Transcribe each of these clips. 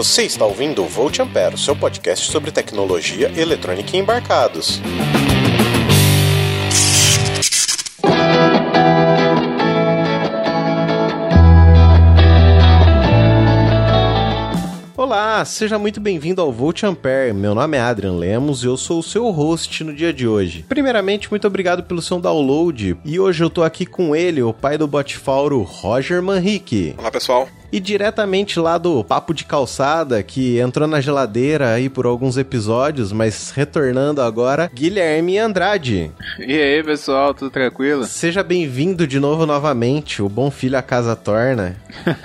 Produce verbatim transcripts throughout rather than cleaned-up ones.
Você está ouvindo o Volt Ampere, seu podcast sobre tecnologia, eletrônica e embarcados. Olá, seja muito bem-vindo ao Volt Ampere. Meu nome é Adrian Lemos e eu sou o seu host no dia de hoje. Primeiramente, muito obrigado pelo seu download. E hoje eu tô aqui com ele, o pai do Botfauro, Roger Manrique. Olá, pessoal. E diretamente lá do Papo de Calçada, que entrou na geladeira aí por alguns episódios, mas retornando agora, Guilherme Andrade. E aí, pessoal, tudo tranquilo? Seja bem-vindo de novo novamente, o bom filho a casa torna.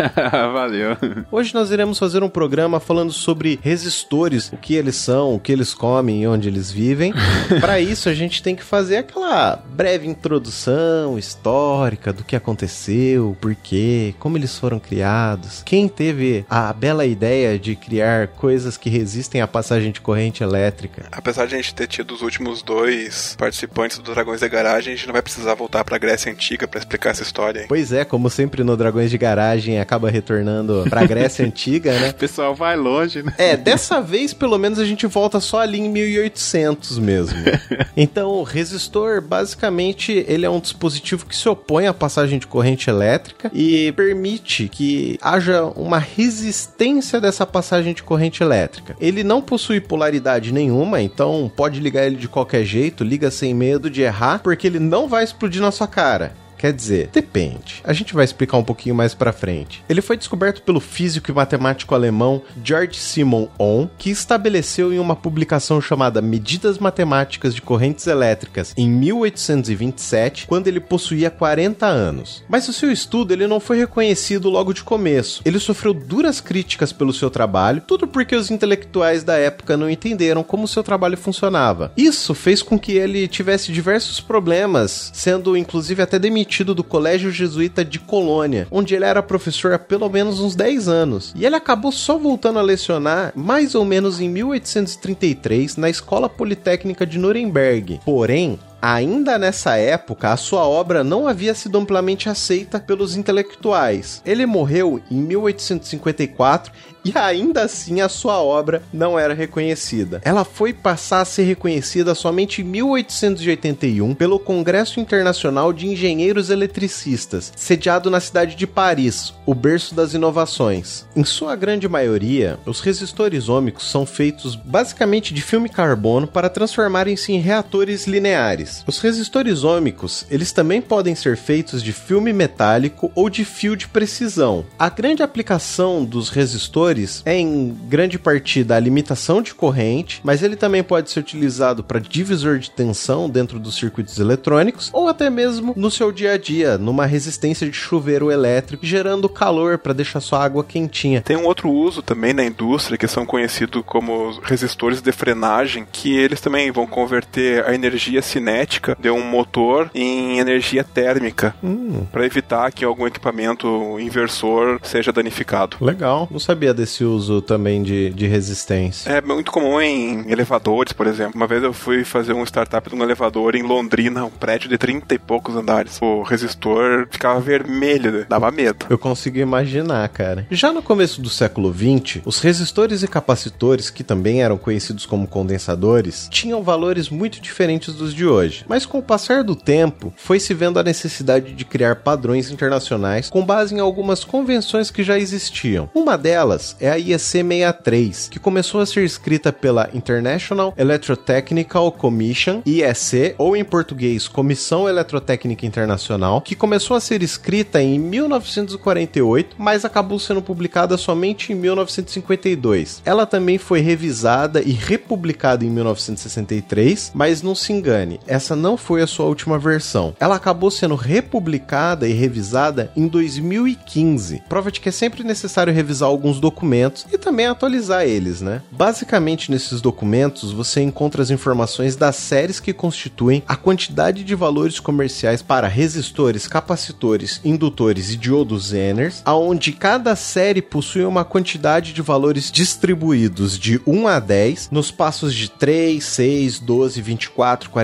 Valeu. Hoje nós iremos fazer um programa falando sobre resistores, o que eles são, o que eles comem e onde eles vivem. Para isso a gente tem que fazer aquela breve introdução histórica do que aconteceu, por quê, como eles foram criados. Quem teve a bela ideia de criar coisas que resistem à passagem de corrente elétrica? Apesar de a gente ter tido os últimos dois participantes do Dragões de Garagem, a gente não vai precisar voltar pra Grécia Antiga pra explicar essa história, hein? Pois é, como sempre no Dragões de Garagem acaba retornando pra Grécia Antiga, né? O pessoal vai longe, né? É, dessa vez pelo menos a gente volta só ali em mil e oitocentos mesmo. Então, o resistor, basicamente, ele é um dispositivo que se opõe à passagem de corrente elétrica e permite que haja uma resistência dessa passagem de corrente elétrica. Ele não possui polaridade nenhuma, então pode ligar ele de qualquer jeito, liga sem medo de errar, porque ele não vai explodir na sua cara. Quer dizer, depende. A gente vai explicar um pouquinho mais pra frente. Ele foi descoberto pelo físico e matemático alemão Georg Simon Ohm, que estabeleceu em uma publicação chamada Medidas Matemáticas de Correntes Elétricas em mil oitocentos e vinte e sete, quando ele possuía quarenta anos. Mas o seu estudo ele não foi reconhecido logo de começo. Ele sofreu duras críticas pelo seu trabalho, tudo porque os intelectuais da época não entenderam como o seu trabalho funcionava. Isso fez com que ele tivesse diversos problemas, sendo inclusive até demitido do Colégio Jesuíta de Colônia, onde ele era professor há pelo menos uns dez anos. E ele acabou só voltando a lecionar mais ou menos em mil oitocentos e trinta e três na Escola Politécnica de Nuremberg. Porém, ainda nessa época, a sua obra não havia sido amplamente aceita pelos intelectuais. Ele morreu em mil oitocentos e cinquenta e quatro e ainda assim a sua obra não era reconhecida. Ela foi passar a ser reconhecida somente em mil oitocentos e oitenta e um pelo Congresso Internacional de Engenheiros Eletricistas, sediado na cidade de Paris, o berço das inovações. Em sua grande maioria, os resistores ômicos são feitos basicamente de filme carbono para transformarem-se em reatores lineares. Os resistores ômicos, eles também podem ser feitos de filme metálico ou de fio de precisão. A grande aplicação dos resistores é em grande partida a limitação de corrente, mas ele também pode ser utilizado para divisor de tensão dentro dos circuitos eletrônicos ou até mesmo no seu dia a dia, numa resistência de chuveiro elétrico, gerando calor para deixar sua água quentinha. Tem um outro uso também na indústria que são conhecidos como resistores de frenagem, que eles também vão converter a energia cinética de um motor em energia térmica, hum. para evitar que algum equipamento inversor seja danificado. Legal, não sabia desse uso também de, de resistência. É muito comum em elevadores, por exemplo. Uma vez eu fui fazer um startup de um elevador em Londrina, um prédio de trinta e poucos andares. O resistor ficava vermelho, dava medo. Eu consigo imaginar, cara. Já no começo do século vinte, os resistores e capacitores, que também eram conhecidos como condensadores, tinham valores muito diferentes dos de hoje. Mas com o passar do tempo, foi se vendo a necessidade de criar padrões internacionais com base em algumas convenções que já existiam. Uma delas é a I E C sessenta e três, que começou a ser escrita pela International Electrotechnical Commission, I E C, ou em português, Comissão Eletrotécnica Internacional, que começou a ser escrita em mil novecentos e quarenta e oito, mas acabou sendo publicada somente em mil novecentos e cinquenta e dois. Ela também foi revisada e republicada em mil novecentos e sessenta e três, mas não se engane, essa não foi a sua última versão. Ela acabou sendo republicada e revisada em dois mil e quinze, prova de que é sempre necessário revisar alguns documentos e também atualizar eles, né? Basicamente, nesses documentos, você encontra as informações das séries que constituem a quantidade de valores comerciais para resistores, capacitores, indutores e diodos Zenners, aonde cada série possui uma quantidade de valores distribuídos de um a dez nos passos de três, seis, doze, vinte e quatro, quarenta e oito,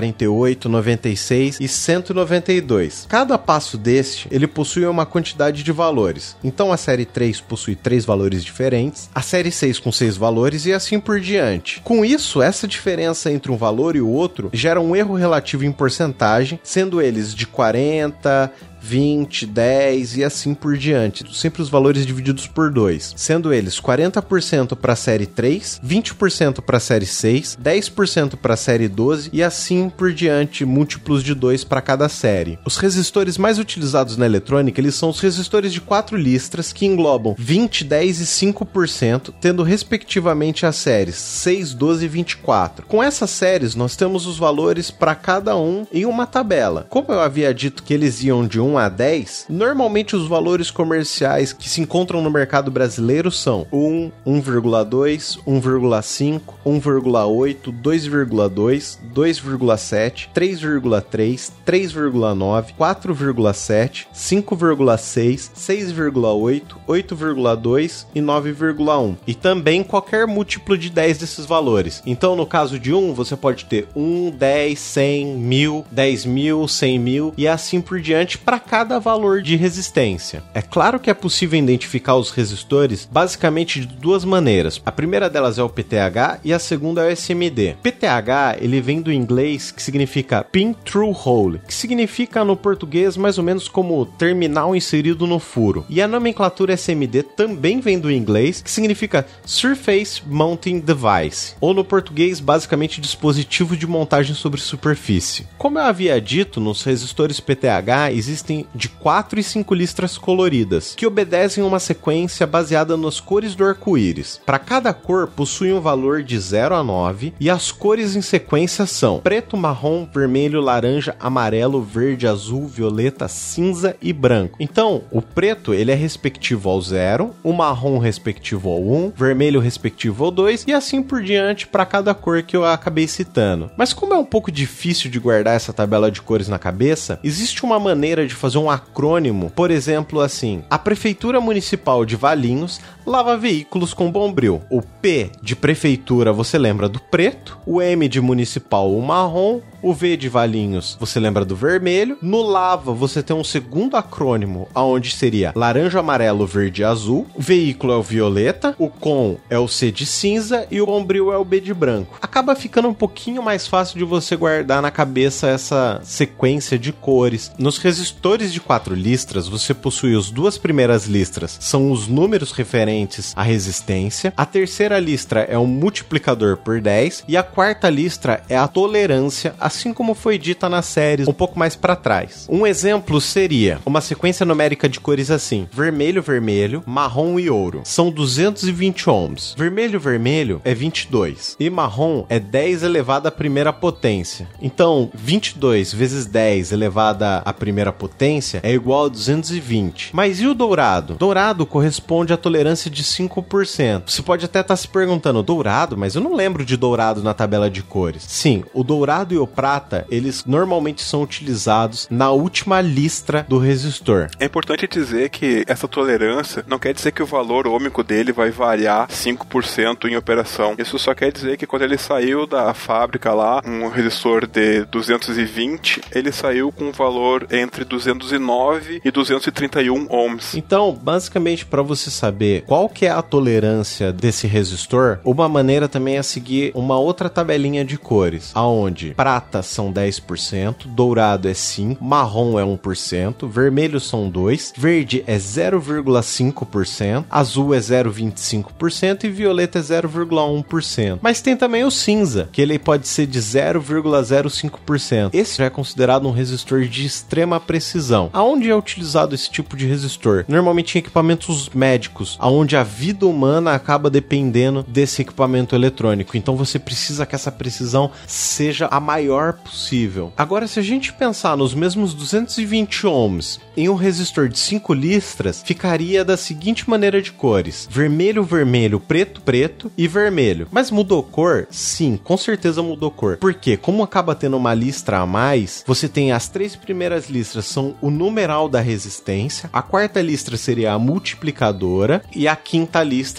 oito, noventa e seis e cento e noventa e dois. Cada passo deste, ele possui uma quantidade de valores. Então a série três possui três valores diferentes, a série seis com seis valores e assim por diante. Com isso, essa diferença entre um valor e o outro gera um erro relativo em porcentagem, sendo eles de quarenta, vinte, dez e assim por diante, sempre os valores divididos por dois, sendo eles quarenta por cento para a série três, vinte por cento para a série seis, dez por cento para a série doze e assim por diante, múltiplos de dois para cada série. Os resistores mais utilizados na eletrônica, eles são os resistores de quatro listras que englobam vinte, dez e cinco por cento, tendo respectivamente as séries seis, doze e vinte e quatro. Com essas séries, nós temos os valores para cada um em uma tabela. Como eu havia dito que eles iam de um a dez, normalmente os valores comerciais que se encontram no mercado brasileiro são um, um vírgula dois, um vírgula cinco, um vírgula oito, dois vírgula dois, dois vírgula sete, três vírgula três, três vírgula nove, quatro vírgula sete, cinco vírgula seis, seis vírgula oito, oito vírgula dois e nove vírgula um. E também qualquer múltiplo de dez desses valores. Então, no caso de um, você pode ter um, dez, cem, mil, dez mil, cem mil e assim por diante para cada valor de resistência. É claro que é possível identificar os resistores basicamente de duas maneiras. A primeira delas é o P T H e a segunda é o S M D. P T H, ele vem do inglês que significa Pin Through Hole, que significa no português mais ou menos como terminal inserido no furo. E a nomenclatura S M D também vem do inglês, que significa Surface Mounting Device, ou no português basicamente dispositivo de montagem sobre superfície. Como eu havia dito, nos resistores P T H existem de quatro e cinco listras coloridas, que obedecem uma sequência baseada nas cores do arco-íris. Para cada cor, possui um valor de zero a nove, e as cores em sequência são preto, marrom, vermelho, laranja, amarelo, verde, azul, violeta, cinza e branco. Então, o preto ele é respectivo ao zero, o marrom respectivo ao um, vermelho respectivo ao dois, e assim por diante para cada cor que eu acabei citando. Mas como é um pouco difícil de guardar essa tabela de cores na cabeça, existe uma maneira de fazer um acrônimo, por exemplo, assim: a Prefeitura Municipal de Valinhos lava veículos com Bombril. O P de prefeitura você lembra do preto, o M de municipal o marrom, o V de Valinhos você lembra do vermelho. No lava você tem um segundo acrônimo, aonde seria laranja, amarelo, verde e azul. O veículo é o violeta, o com é o C de cinza e o Bombril é o B de branco. Acaba ficando um pouquinho mais fácil de você guardar na cabeça essa sequência de cores. Nos resistores de quatro listras, você possui as duas primeiras listras, são os números referentes à resistência, a terceira listra é o multiplicador por dez e a quarta listra é a tolerância, assim como foi dita nas séries um pouco mais para trás. Um exemplo seria uma sequência numérica de cores assim: vermelho, vermelho, marrom e ouro. São duzentos e vinte ohms. Vermelho, vermelho é vinte e dois e marrom é dez elevado à primeira potência. Então, vinte e dois vezes dez elevada à primeira potência é igual a duzentos e vinte. Mas e o dourado? Dourado corresponde à tolerância de cinco por cento. Você pode até estar se perguntando: dourado? Mas eu não lembro de dourado na tabela de cores. Sim, o dourado e o prata, eles normalmente são utilizados na última listra do resistor. É importante dizer que essa tolerância não quer dizer que o valor ôhmico dele vai variar cinco por cento em operação. Isso só quer dizer que quando ele saiu da fábrica lá, um resistor de duzentos e vinte, ele saiu com um valor entre duzentos e nove e duzentos e trinta e um ohms. Então, basicamente, para você saber qual que é a tolerância desse resistor, uma maneira também é seguir uma outra tabelinha de cores, aonde prata são dez por cento, dourado é cinco por cento, marrom é um por cento, vermelho são dois por cento, verde é zero vírgula cinco por cento, azul é zero vírgula vinte e cinco por cento e violeta é zero vírgula um por cento. Mas tem também o cinza, que ele pode ser de zero vírgula zero cinco por cento. Esse já é considerado um resistor de extrema precisão. Aonde é utilizado esse tipo de resistor? Normalmente em equipamentos médicos, aonde a vida humana acaba dependendo desse equipamento eletrônico. Então você precisa que essa precisão seja a maior possível. Agora, se a gente pensar nos mesmos duzentos e vinte ohms em um resistor de cinco listras, ficaria da seguinte maneira de cores: vermelho, vermelho, preto, preto e vermelho. Mas mudou cor? Sim, com certeza mudou cor. Porque, como acaba tendo uma listra a mais, você tem as três primeiras listras são o numeral da resistência, a quarta listra seria a multiplicadora e a quinta listra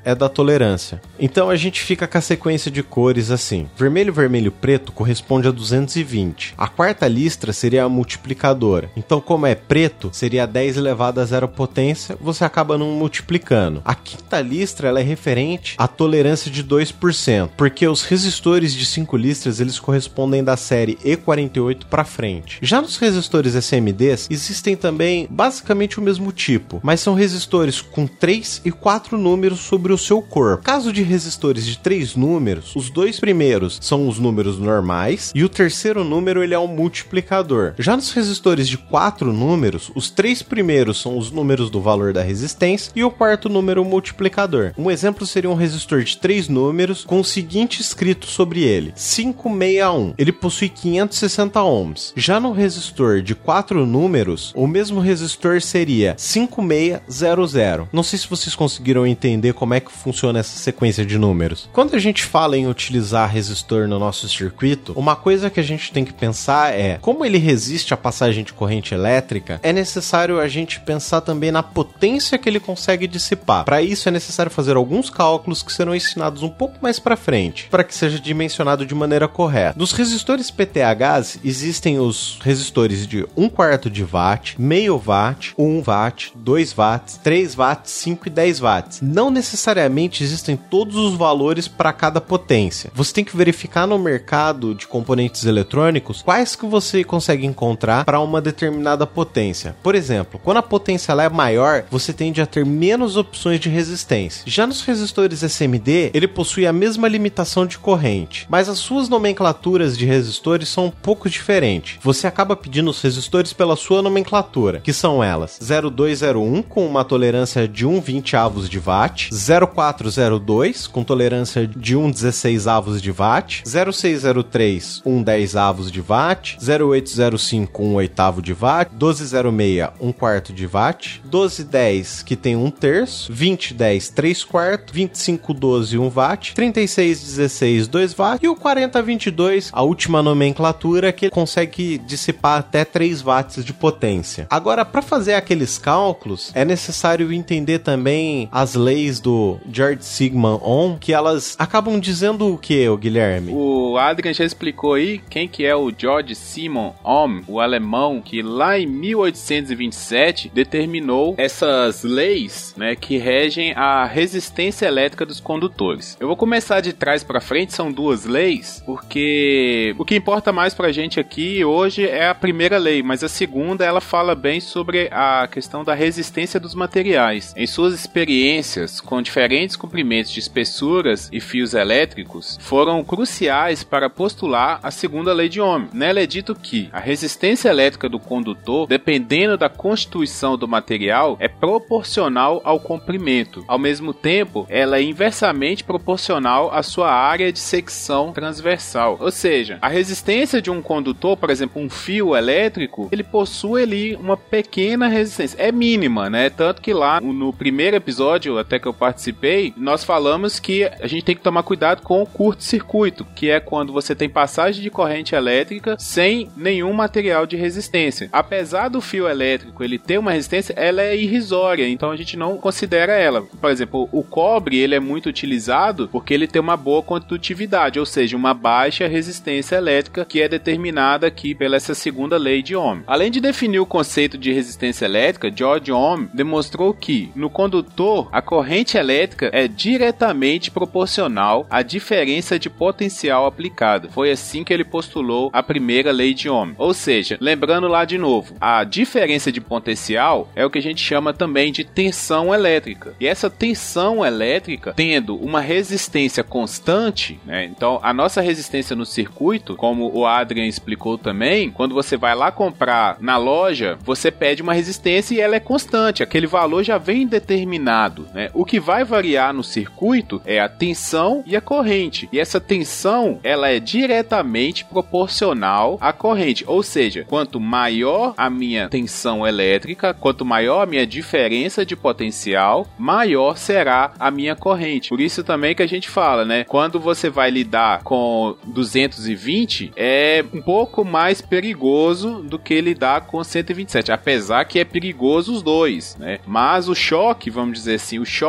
é da tolerância. Então a gente fica com a sequência de cores assim. Vermelho, vermelho, preto corresponde a duzentos e vinte. A quarta listra seria a multiplicadora. Então, como é preto, seria dez elevado a zero potência, você acaba não multiplicando. A quinta listra ela é referente à tolerância de dois por cento, porque os resistores de cinco listras eles correspondem da série E quarenta e oito para frente. Já nos resistores S M Ds, existem também basicamente o mesmo tipo, mas são resistores com três e quatro números sobre o seu corpo. Caso de resistores de três números, os dois primeiros são os números normais e o terceiro número ele é um multiplicador. Já nos resistores de quatro números, os três primeiros são os números do valor da resistência e o quarto número o multiplicador. Um exemplo seria um resistor de três números com o seguinte escrito sobre ele: quinhentos e sessenta e um. Ele possui quinhentos e sessenta ohms. Já no resistor de quatro números, o mesmo resistor seria cinco seis zero zero. Não sei se vocês conseguiram entender como é que funciona essa sequência de números. Quando a gente fala em utilizar resistor no nosso circuito, uma coisa que a gente tem que pensar é como ele resiste à passagem de corrente elétrica. É necessário a gente pensar também na potência que ele consegue dissipar. Para isso é necessário fazer alguns cálculos que serão ensinados um pouco mais para frente, para que seja dimensionado de maneira correta. Dos resistores P T Hs existem os resistores de um quarto de watt, meio watt, um watt, dois watts, três watts, cinco e dez watts. Não necessariamente existem todos os valores para cada potência. Você tem que verificar no mercado de componentes eletrônicos quais que você consegue encontrar para uma determinada potência. Por exemplo, quando a potência ela é maior, você tende a ter menos opções de resistência. Já nos resistores S M D, ele possui a mesma limitação de corrente, mas as suas nomenclaturas de resistores são um pouco diferentes. Você acaba pedindo os resistores pela sua nomenclatura, que são elas: zero dois zero um com uma tolerância de um vinte avos de watt, zero quatro zero dois com tolerância de um dezesseis avos de watt, zero seis zero três um dez avos de watt, zero oito zero cinco um oitavo de watt, doze zero seis um quarto de watt, doze dez que tem um terço, vinte dez três quartos, vinte e cinco doze um watt, trinta e seis dezesseis dois watts e o quarenta vinte e dois, a última nomenclatura, que consegue dissipar até três watts de potência. Agora, para fazer aqueles cálculos, é necessário entender também as leis do George Sigmund Ohm, que elas acabam dizendo o que, Guilherme? O Adrian já explicou aí quem que é o George Sigmund Ohm, o alemão, que lá em mil oitocentos e vinte e sete determinou essas leis, né, que regem a resistência elétrica dos condutores. Eu vou começar de trás para frente, são duas leis, porque o que importa mais pra gente aqui hoje é a primeira lei, mas a segunda ela fala bem sobre a questão da resistência dos materiais. Em suas experiências com diferentes comprimentos de espessuras e fios elétricos, foram cruciais para postular a segunda lei de Ohm. Nela é dito que a resistência elétrica do condutor, dependendo da constituição do material, é proporcional ao comprimento. Ao mesmo tempo, ela é inversamente proporcional à sua área de secção transversal. Ou seja, a resistência de um condutor, por exemplo, um fio elétrico, ele possui ali uma pequena resistência. É mínima, né? Tanto que lá no primeiro episódio, até que eu participei, nós falamos que a gente tem que tomar cuidado com o curto-circuito, que é quando você tem passagem de corrente elétrica sem nenhum material de resistência. Apesar do fio elétrico ele ter uma resistência, ela é irrisória, então a gente não considera ela. Por exemplo, o cobre ele é muito utilizado porque ele tem uma boa condutividade, ou seja, uma baixa resistência elétrica, que é determinada aqui pela essa segunda lei de Ohm. Além de definir o conceito de resistência elétrica, George Ohm demonstrou que no condutor a corrente elétrica é diretamente proporcional à diferença de potencial aplicada. Foi assim que ele postulou a primeira lei de Ohm. Ou seja, lembrando lá de novo, a diferença de potencial é o que a gente chama também de tensão elétrica. E essa tensão elétrica, tendo uma resistência constante, né? Então a nossa resistência no circuito, como o Adrian explicou também, quando você vai lá comprar na loja, você pede uma resistência e ela é constante, aquele valor já vem determinado, né? O que vai variar no circuito é a tensão e a corrente, e essa tensão ela é diretamente proporcional à corrente, ou seja, quanto maior a minha tensão elétrica, quanto maior a minha diferença de potencial, maior será a minha corrente. Por isso também que a gente fala, né? Quando você vai lidar com duzentos e vinte, é um pouco mais perigoso do que lidar com cento e vinte e sete, apesar que é perigoso os dois, né? Mas o choque, vamos dizer assim, o choque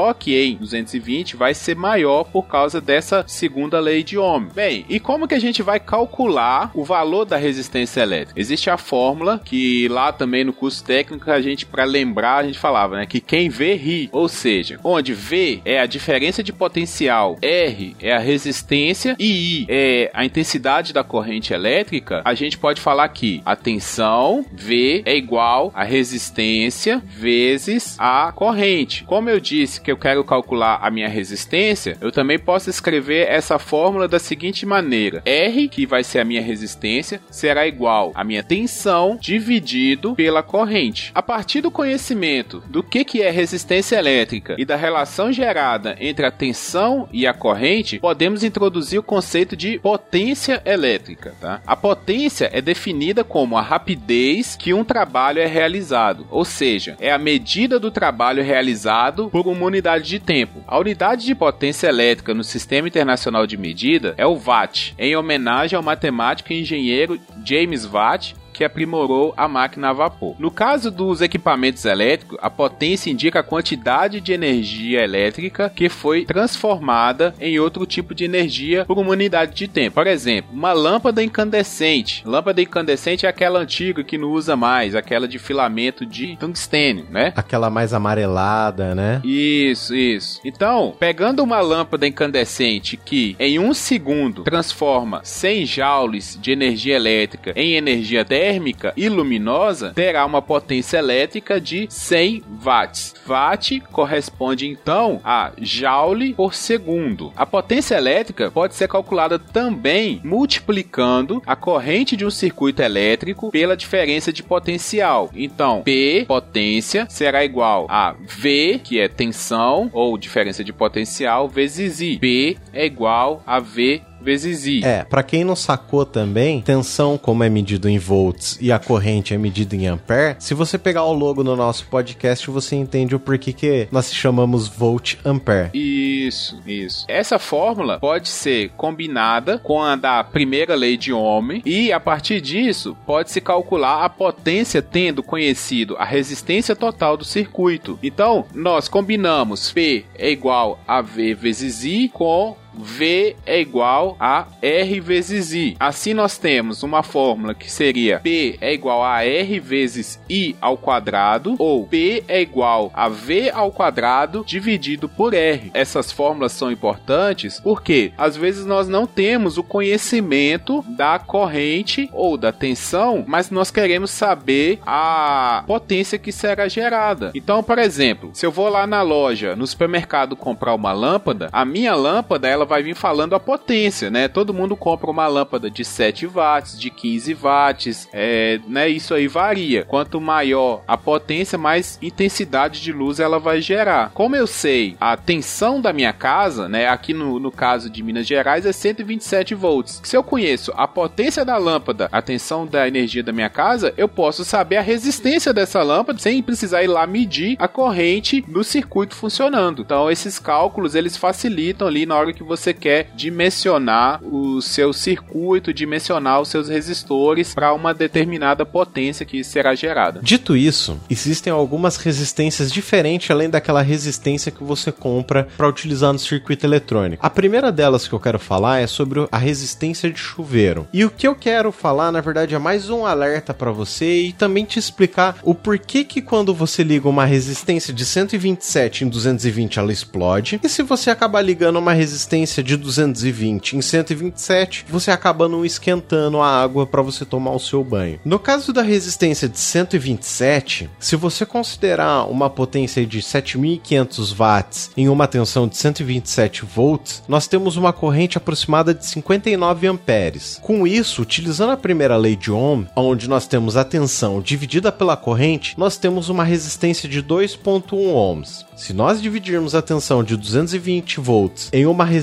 em duzentos e vinte vai ser maior por causa dessa segunda lei de Ohm. Bem, e como que a gente vai calcular o valor da resistência elétrica? Existe a fórmula que lá também no curso técnico a gente, para lembrar, a gente falava, né, que quem vê ri, ou seja, onde V é a diferença de potencial, R é a resistência e I é a intensidade da corrente elétrica, a gente pode falar que a tensão V é igual a resistência vezes a corrente. Como eu disse que eu quero calcular a minha resistência, eu também posso escrever essa fórmula da seguinte maneira: R, que vai ser a minha resistência, será igual a minha tensão dividido pela corrente. A partir do conhecimento do que, que é resistência elétrica e da relação gerada entre a tensão e a corrente, podemos introduzir o conceito de potência elétrica. Tá? A potência é definida como a rapidez que um trabalho é realizado, ou seja, é a medida do trabalho realizado por uma unidade de tempo. A unidade de potência elétrica no Sistema Internacional de Medida é o watt, em homenagem ao matemático e engenheiro James Watt, que aprimorou a máquina a vapor. No caso dos equipamentos elétricos, a potência indica a quantidade de energia elétrica que foi transformada em outro tipo de energia por uma unidade de tempo. Por exemplo, uma lâmpada incandescente. Lâmpada incandescente é aquela antiga que não usa mais, aquela de filamento de tungstênio, né? Aquela mais amarelada, né? Isso, isso. Então, pegando uma lâmpada incandescente que em um segundo transforma cem joules de energia elétrica em energia térmica e luminosa, terá uma potência elétrica de cem watts. Watt corresponde então a joule por segundo. A potência elétrica pode ser calculada também multiplicando a corrente de um circuito elétrico pela diferença de potencial. Então, P, potência, será igual a V, que é tensão ou diferença de potencial, vezes I. P é igual a V vezes I. É, pra quem não sacou também, tensão, como é medido em volts e a corrente é medida em ampere, se você pegar o logo no nosso podcast, você entende o porquê que nós chamamos volt-ampere. Isso, isso. Essa fórmula pode ser combinada com a da primeira lei de Ohm e, a partir disso, pode-se calcular a potência tendo conhecido a resistência total do circuito. Então, nós combinamos P é igual a V vezes I com V é igual a R vezes I. Assim nós temos uma fórmula que seria P é igual a R vezes I ao quadrado, ou P é igual a V ao quadrado dividido por R. Essas fórmulas são importantes porque às vezes nós não temos o conhecimento da corrente ou da tensão, mas nós queremos saber a potência que será gerada. Então, por exemplo, se eu vou lá na loja, no supermercado, comprar uma lâmpada, a minha lâmpada ela vai vir falando a potência, né? Todo mundo compra uma lâmpada de sete watts, de quinze watts, é, né? Isso aí varia. Quanto maior a potência, mais intensidade de luz ela vai gerar. Como eu sei a tensão da minha casa, né? Aqui no, no caso de Minas Gerais é cento e vinte e sete volts. Se eu conheço a potência da lâmpada, a tensão da energia da minha casa, eu posso saber a resistência dessa lâmpada sem precisar ir lá medir a corrente no circuito funcionando. Então esses cálculos eles facilitam ali na hora que você quer dimensionar o seu circuito, dimensionar os seus resistores para uma determinada potência que será gerada. Dito isso, existem algumas resistências diferentes além daquela resistência que você compra para utilizar no circuito eletrônico. A primeira delas que eu quero falar é sobre a resistência de chuveiro. E o que eu quero falar, na verdade, é mais um alerta para você e também te explicar o porquê que quando você liga uma resistência de cento e vinte e sete em duzentos e vinte ela explode, e se você acabar ligando uma resistência de duzentos e vinte em cento e vinte e sete, você acaba não esquentando a água para você tomar o seu banho. No caso da resistência de cento e vinte e sete, se você considerar uma potência de sete mil e quinhentos watts em uma tensão de cento e vinte e sete volts, nós temos uma corrente aproximada de cinquenta e nove amperes. Com isso, utilizando a primeira lei de Ohm, onde nós temos a tensão dividida pela corrente, nós temos uma resistência de dois vírgula um ohms. Se nós dividirmos a tensão de duzentos e vinte volts em uma resistência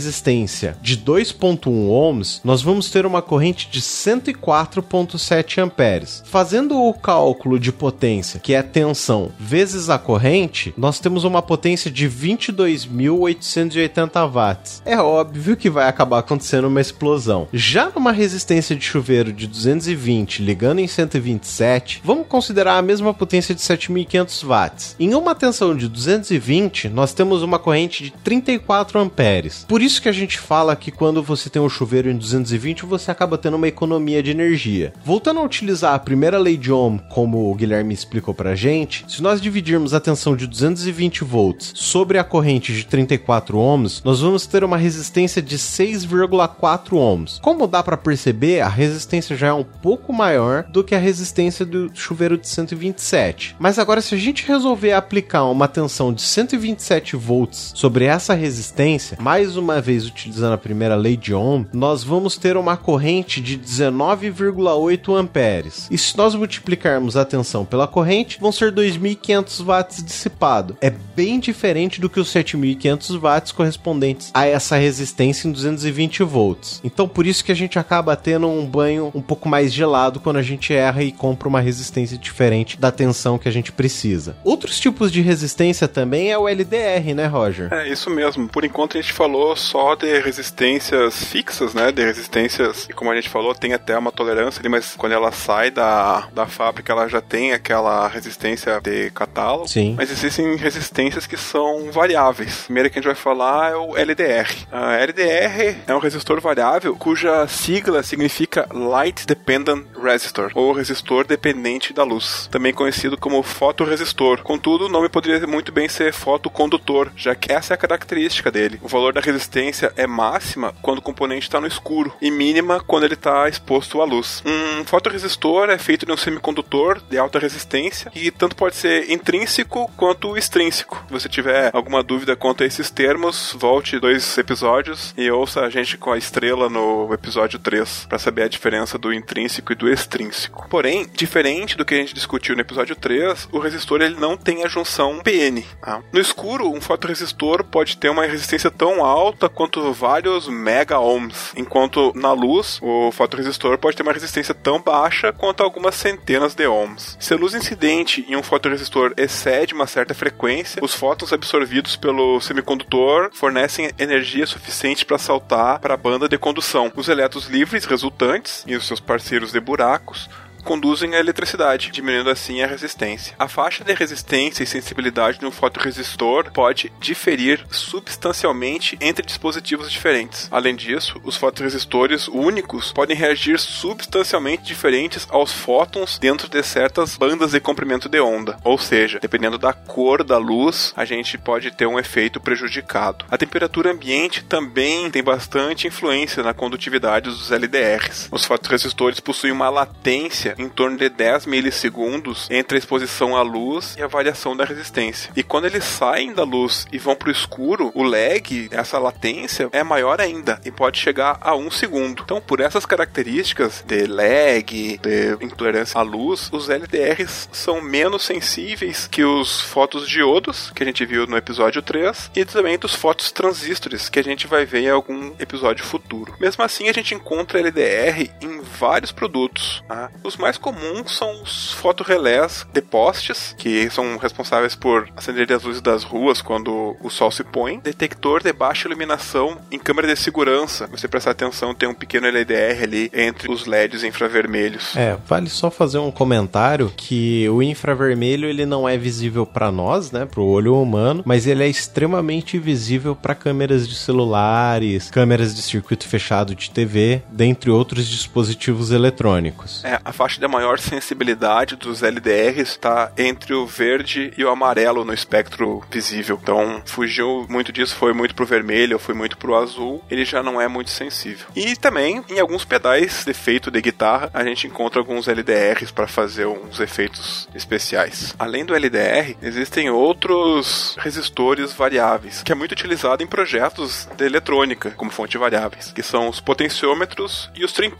resistência de dois ponto um ohms, nós vamos ter uma corrente de cento e quatro ponto sete amperes. Fazendo o cálculo de potência, que é a tensão vezes a corrente, nós temos uma potência de vinte e dois mil oitocentos e oitenta watts. É óbvio que vai acabar acontecendo uma explosão. Já numa resistência de chuveiro de duzentos e vinte ligando em cento e vinte e sete, vamos considerar a mesma potência de sete mil e quinhentos watts. Em uma tensão de duzentos e vinte, nós temos uma corrente de trinta e quatro amperes. Por isso que a gente fala que quando você tem um chuveiro em duzentos e vinte, você acaba tendo uma economia de energia. Voltando a utilizar a primeira lei de Ohm, como o Guilherme explicou pra gente, se nós dividirmos a tensão de duzentos e vinte volts sobre a corrente de trinta e quatro ohms, nós vamos ter uma resistência de seis vírgula quatro ohms. Como dá pra perceber, a resistência já é um pouco maior do que a resistência do chuveiro de cento e vinte e sete. Mas agora, se a gente resolver aplicar uma tensão de cento e vinte e sete volts sobre essa resistência, mais uma vez utilizando a primeira lei de Ohm, nós vamos ter uma corrente de dezenove vírgula oito amperes. E se nós multiplicarmos a tensão pela corrente, vão ser dois mil e quinhentos watts dissipado. É bem diferente do que os sete mil e quinhentos watts correspondentes a essa resistência em duzentos e vinte volts. Então, por isso que a gente acaba tendo um banho um pouco mais gelado quando a gente erra e compra uma resistência diferente da tensão que a gente precisa. Outros tipos de resistência também é o L D R, né, Roger? É, isso mesmo. Por enquanto a gente falou só de resistências fixas, né, de resistências, e como a gente falou, tem até uma tolerância ali, mas quando ela sai da, da fábrica, ela já tem aquela resistência de catálogo. Sim. Mas existem resistências que são variáveis. A primeira que a gente vai falar é o L D R. A L D R é um resistor variável cuja sigla significa Light Dependent Resistor, ou resistor dependente da luz, também conhecido como fotoresistor. Contudo, o nome poderia muito bem ser fotocondutor, já que essa é a característica dele. O valor da resistência é máxima quando o componente está no escuro e mínima quando ele está exposto à luz. Um fotoresistor é feito de um semicondutor de alta resistência e tanto pode ser intrínseco quanto extrínseco. Se você tiver alguma dúvida quanto a esses termos, volte dois episódios e ouça a gente com a estrela no episódio três para saber a diferença do intrínseco e do extrínseco. Porém, diferente do que a gente discutiu no episódio três, o resistor ele não tem a junção P N. Tá? No escuro, um fotoresistor pode ter uma resistência tão alta quanto vários mega ohms, enquanto na luz, o fotoresistor pode ter uma resistência tão baixa quanto algumas centenas de ohms. Se a luz incidente em um fotoresistor excede uma certa frequência, os fótons absorvidos pelo semicondutor fornecem energia suficiente para saltar para a banda de condução. Os elétrons livres resultantes e os seus parceiros de buracos conduzem a eletricidade, diminuindo assim a resistência. A faixa de resistência e sensibilidade de um fotoresistor pode diferir substancialmente entre dispositivos diferentes. Além disso, os fotoresistores únicos podem reagir substancialmente diferentes aos fótons dentro de certas bandas de comprimento de onda, ou seja, dependendo da cor da luz, a gente pode ter um efeito prejudicado. A temperatura ambiente também tem bastante influência na condutividade dos L D Rs. Os fotoresistores possuem uma latência em torno de dez milissegundos entre a exposição à luz e a variação da resistência. E quando eles saem da luz e vão para o escuro, o lag, essa latência, é maior ainda e pode chegar a um segundo. Então, por essas características de lag, de intolerância à luz, os L D Rs são menos sensíveis que os fotodiodos, que a gente viu no episódio três, e também dos fototransistores, que a gente vai ver em algum episódio futuro. Mesmo assim, a gente encontra L D R em vários produtos. Tá? Os mais comuns são os fotorelés de postes, que são responsáveis por acender as luzes das ruas quando o sol se põe. Detector de baixa iluminação em câmera de segurança. Se você prestar atenção, tem um pequeno L D R ali entre os L E Ds infravermelhos. É, vale só fazer um comentário que o infravermelho ele não é visível para nós, né, pro olho humano, mas ele é extremamente visível para câmeras de celulares, câmeras de circuito fechado de T V, dentre outros dispositivos eletrônicos. É, a faixa de maior sensibilidade dos L D Rs está entre o verde e o amarelo no espectro visível. Então, fugiu muito disso, foi muito pro vermelho, foi muito pro azul, ele já não é muito sensível. E também, em alguns pedais de efeito de guitarra, a gente encontra alguns L D Rs para fazer uns efeitos especiais. Além do L D R, existem outros resistores variáveis, que é muito utilizado em projetos de eletrônica, como fonte variáveis, que são os potenciômetros e os trimpotes.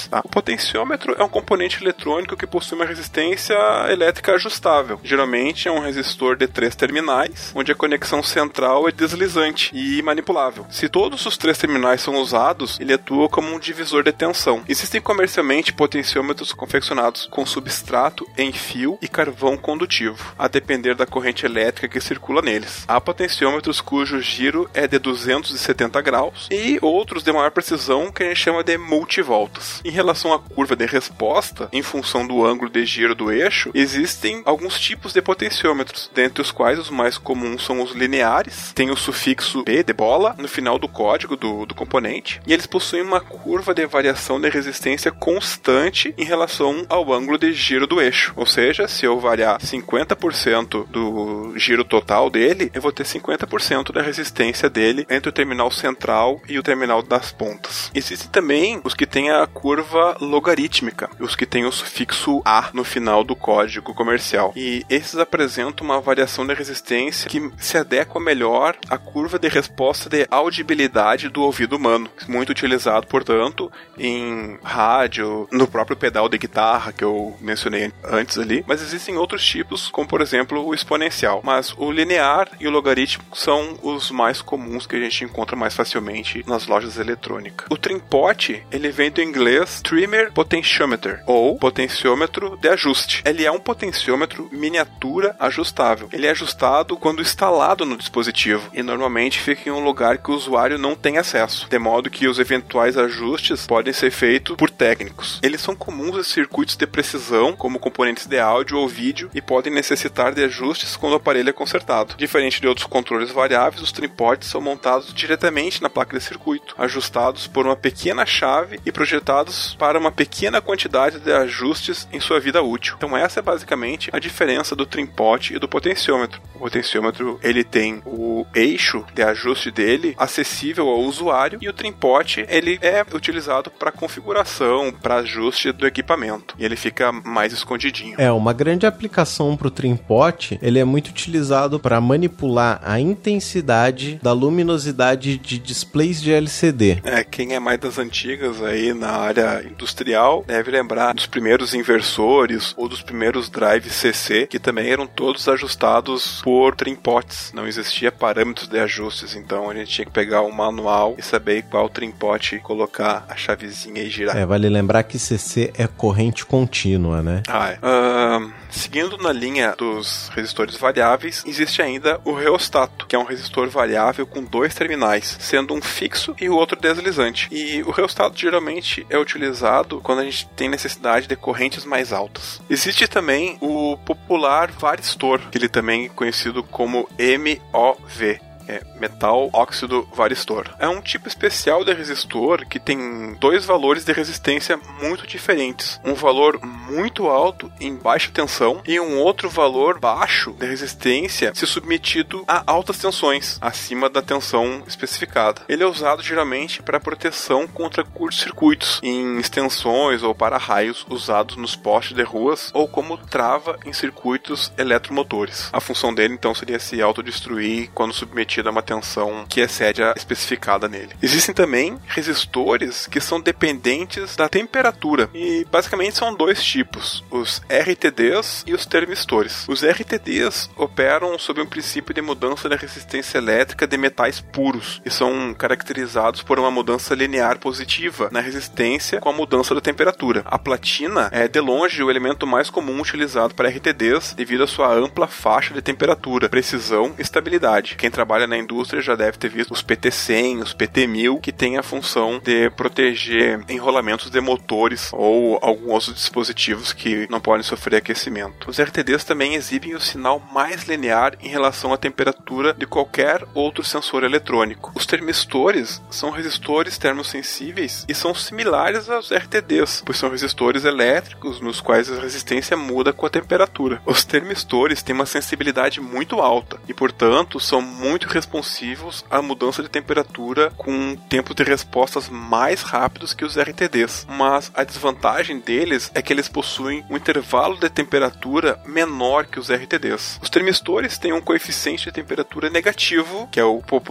terminais. Tá? O potenciômetro é um componente eletrônico que possui uma resistência elétrica ajustável. Geralmente é um resistor de três terminais, onde a conexão central é deslizante e manipulável. Se todos os três terminais são usados, ele atua como um divisor de tensão. Existem comercialmente potenciômetros confeccionados com substrato em fio e carvão condutivo, a depender da corrente elétrica que circula neles. Há potenciômetros cujo giro é de duzentos e setenta graus e outros de maior precisão que a gente chama de multivoltas. Em relação à curva de resposta, em função do ângulo de giro do eixo, existem alguns tipos de potenciômetros, dentre os quais os mais comuns são os lineares, tem o sufixo P de bola no final do código do, do componente, e eles possuem uma curva de variação de resistência constante em relação ao ângulo de giro do eixo. Ou seja, se eu variar cinquenta por cento do giro total dele, eu vou ter cinquenta por cento da resistência dele entre o terminal central e o terminal das pontas. Existem também os que têm a curva logarítmica, os que têm o sufixo A no final do código comercial. E esses apresentam uma variação de resistência que se adequa melhor à curva de resposta de audibilidade do ouvido humano, muito utilizado, portanto, em rádio, no próprio pedal de guitarra que eu mencionei antes ali, mas existem outros tipos, como por exemplo o exponencial. Mas o linear e o logarítmico são os mais comuns que a gente encontra mais facilmente nas lojas eletrônicas. O trim-pot, ele vem do inglês Trimmer Potentiometer, ou potenciômetro de ajuste. Ele é um potenciômetro miniatura ajustável. Ele é ajustado quando instalado no dispositivo e normalmente fica em um lugar que o usuário não tem acesso, de modo que os eventuais ajustes podem ser feitos por técnicos. Eles são comuns em circuitos de precisão, como componentes de áudio ou vídeo, e podem necessitar de ajustes quando o aparelho é consertado. Diferente de outros controles variáveis, os trim-pots são montados diretamente na placa de circuito, ajustados por uma pequena chave e projetados para uma pequena quantidade de ajustes em sua vida útil. Então essa é basicamente a diferença do trim-pot e do potenciômetro. O potenciômetro, ele tem o eixo de ajuste dele acessível ao usuário, e o trim-pot, ele é utilizado para configuração, para ajuste do equipamento, e ele fica mais escondidinho. É, uma grande aplicação para o trim-pot, ele é muito utilizado para manipular a intensidade da luminosidade de displays de L C D. É, quem é mais das antigas aí na área industrial deve lembrar dos primeiros inversores ou dos primeiros drives C C, que também eram todos ajustados por trim-pots. Não existia parâmetros de ajustes, então a gente tinha que pegar o manual e saber qual trim-pot colocar a chavezinha e girar. É, vale lembrar que C C é corrente contínua, né? Ah, é. Uh, seguindo na linha dos resistores variáveis, existe ainda o reostato, que é um resistor variável com dois terminais, sendo um fixo e o outro deslizante. E o reostato geralmente é utilizado quando a gente tem necessidade de correntes mais altas. Existe também o popular varistor, que ele também é conhecido como M O V. É metal óxido varistor. É um tipo especial de resistor que tem dois valores de resistência muito diferentes. Um valor muito alto em baixa tensão e um outro valor baixo de resistência se submetido a altas tensões, acima da tensão especificada. Ele é usado geralmente para proteção contra curtos-circuitos em extensões ou para raios usados nos postes de ruas ou como trava em circuitos eletromotores. A função dele então seria se autodestruir quando submetido a uma tensão que excede a especificada nele. Existem também resistores que são dependentes da temperatura e basicamente são dois tipos, os R T Ds e os termistores. Os R T Ds operam sob um princípio de mudança da resistência elétrica de metais puros e são caracterizados por uma mudança linear positiva na resistência com a mudança da temperatura. A platina é de longe o elemento mais comum utilizado para R T Ds devido à sua ampla faixa de temperatura, precisão e estabilidade. Quem trabalha na indústria já deve ter visto os P T cem, os P T mil, que tem a função de proteger enrolamentos de motores ou alguns outros dispositivos que não podem sofrer aquecimento. Os R T Ds também exibem o sinal mais linear em relação à temperatura de qualquer outro sensor eletrônico. Os termistores são resistores termosensíveis e são similares aos R T Ds, pois são resistores elétricos nos quais a resistência muda com a temperatura. Os termistores têm uma sensibilidade muito alta e, portanto, são muito responsivos à mudança de temperatura com tempos de respostas mais rápidos que os R T Ds, mas a desvantagem deles é que eles possuem um intervalo de temperatura menor que os R T Ds. Os termistores têm um coeficiente de temperatura negativo, que é o popular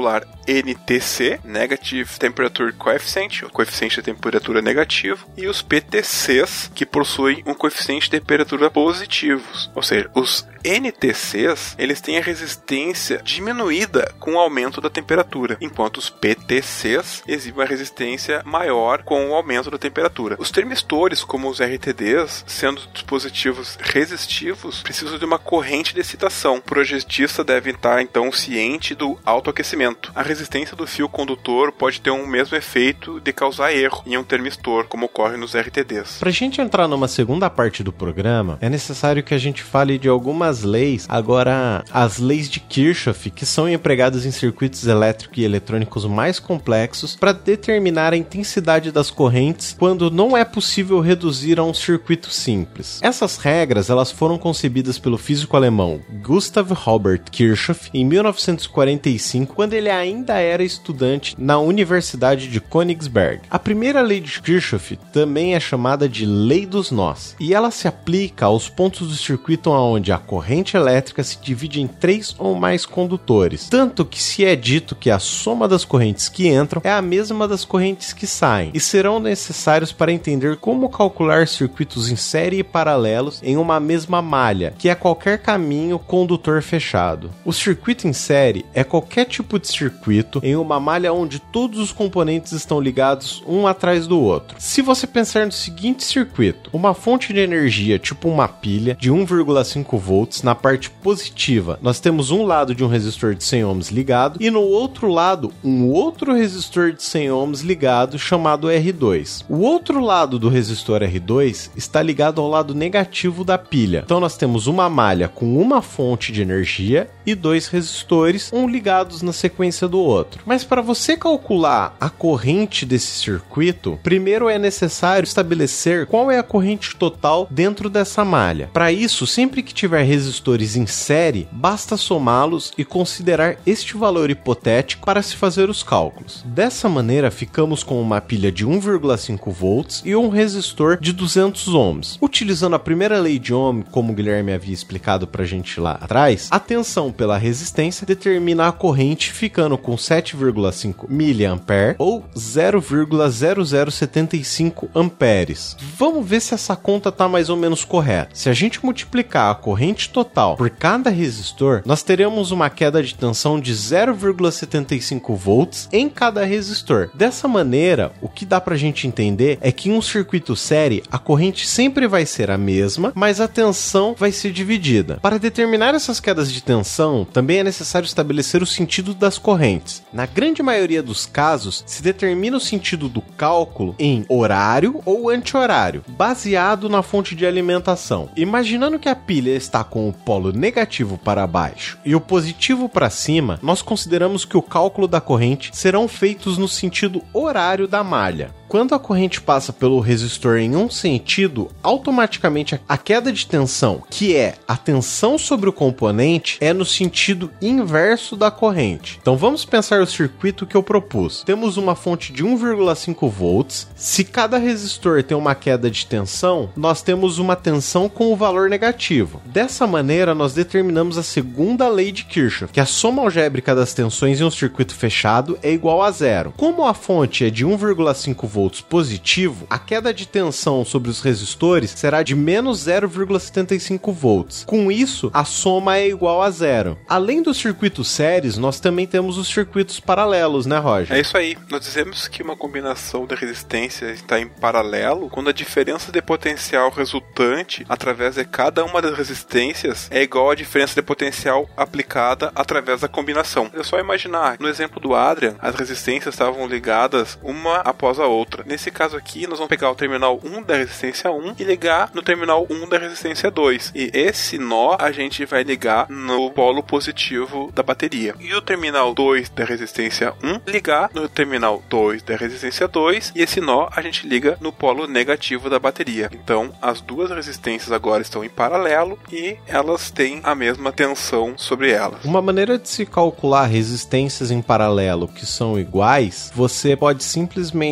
N T C, Negative Temperature Coefficient, o coeficiente de temperatura negativo, e os P T Cs, que possuem um coeficiente de temperatura positivos. Ou seja, os N T Cs, eles têm a resistência diminuída com o aumento da temperatura, enquanto os P T Cs exibem uma resistência maior com o aumento da temperatura. Os termistores, como os R T Ds, sendo dispositivos resistivos, precisam de uma corrente de excitação. O projetista deve estar, então, ciente do autoaquecimento. A resistência do fio condutor pode ter um mesmo efeito de causar erro em um termistor, como ocorre nos R T Ds. Pra gente entrar numa segunda parte do programa, é necessário que a gente fale de algumas leis, agora as leis de Kirchhoff, que são empregadas em circuitos elétricos e eletrônicos mais complexos para determinar a intensidade das correntes quando não é possível reduzir a um circuito simples. Essas regras, elas foram concebidas pelo físico alemão Gustav Robert Kirchhoff em mil novecentos e quarenta e cinco, quando ele ainda era estudante na Universidade de Königsberg. A primeira lei de Kirchhoff também é chamada de Lei dos Nós, e ela se aplica aos pontos do circuito onde a corrente elétrica se divide em três ou mais condutores, tanto que se é dito que a soma das correntes que entram é a mesma das correntes que saem, e serão necessários para entender como calcular circuitos em série e paralelos em uma mesma malha, que é qualquer caminho condutor fechado. O circuito em série é qualquer tipo de circuito em uma malha onde todos os componentes estão ligados um atrás do outro. Se você pensar no seguinte circuito, uma fonte de energia tipo uma pilha de um vírgula cinco volts, na parte positiva nós temos um lado de um resistor de cem ohms ligado e no outro lado um outro resistor de cem ohms ligado chamado R dois. O outro lado do resistor R dois está ligado ao lado negativo da pilha. Então nós temos uma malha com uma fonte de energia e dois resistores, um ligados na sequência do outro. Mas para você calcular a corrente desse circuito, primeiro é necessário estabelecer qual é a corrente total dentro dessa malha. Para isso, sempre que tiver resistores em série, basta somá-los e considerar este valor hipotético para se fazer os cálculos. Dessa maneira, ficamos com uma pilha de um vírgula cinco volts e um resistor de duzentos ohms. Utilizando a primeira lei de Ohm, como o Guilherme havia explicado pra gente lá atrás, a tensão pela resistência determina a corrente ficando com sete vírgula cinco miliamperes ou zero vírgula zero zero sete cinco amperes. Vamos ver se essa conta tá mais ou menos correta. Se a gente multiplicar a corrente total por cada resistor, nós teremos uma queda de tensão de zero vírgula setenta e cinco volts em cada resistor. Dessa maneira, o que dá pra gente entender é que em um circuito série, a corrente sempre vai ser a mesma, mas a tensão vai ser dividida. Para determinar essas quedas de tensão, também é necessário estabelecer o sentido das correntes. Na grande maioria dos casos, se determina o sentido do cálculo em horário ou anti-horário, baseado na fonte de alimentação. Imaginando que a pilha está com o polo negativo para baixo e o positivo para cima, nós consideramos que o cálculo da corrente serão feitos no sentido horário da malha. Quando a corrente passa pelo resistor em um sentido, automaticamente a queda de tensão, que é a tensão sobre o componente, é no sentido inverso da corrente. Então vamos pensar o circuito que eu propus. Temos uma fonte de um vírgula cinco volts. Se cada resistor tem uma queda de tensão, nós temos uma tensão com o valor negativo. Dessa maneira, nós determinamos a segunda lei de Kirchhoff, que a soma algébrica das tensões em um circuito fechado é igual a zero. Como a fonte é de um vírgula cinco volts positivo, a queda de tensão sobre os resistores será de menos zero vírgula setenta e cinco volts. Com isso, a soma é igual a zero. Além dos circuitos séries, nós também temos os circuitos paralelos, né, Roger? É isso aí. Nós dizemos que uma combinação de resistência está em paralelo quando a diferença de potencial resultante através de cada uma das resistências é igual à diferença de potencial aplicada através da combinação. É só imaginar, no exemplo do Adrian, as resistências estavam ligadas uma após a outra. Nesse caso aqui, nós vamos pegar o terminal um da resistência um e ligar no terminal um da resistência dois. E esse nó a gente vai ligar no polo positivo da bateria. E o terminal dois da resistência um ligar no terminal dois da resistência dois. E esse nó a gente liga no polo negativo da bateria. Então, as duas resistências agora estão em paralelo e elas têm a mesma tensão sobre elas. Uma maneira de se calcular resistências em paralelo que são iguais, você pode simplesmente pegar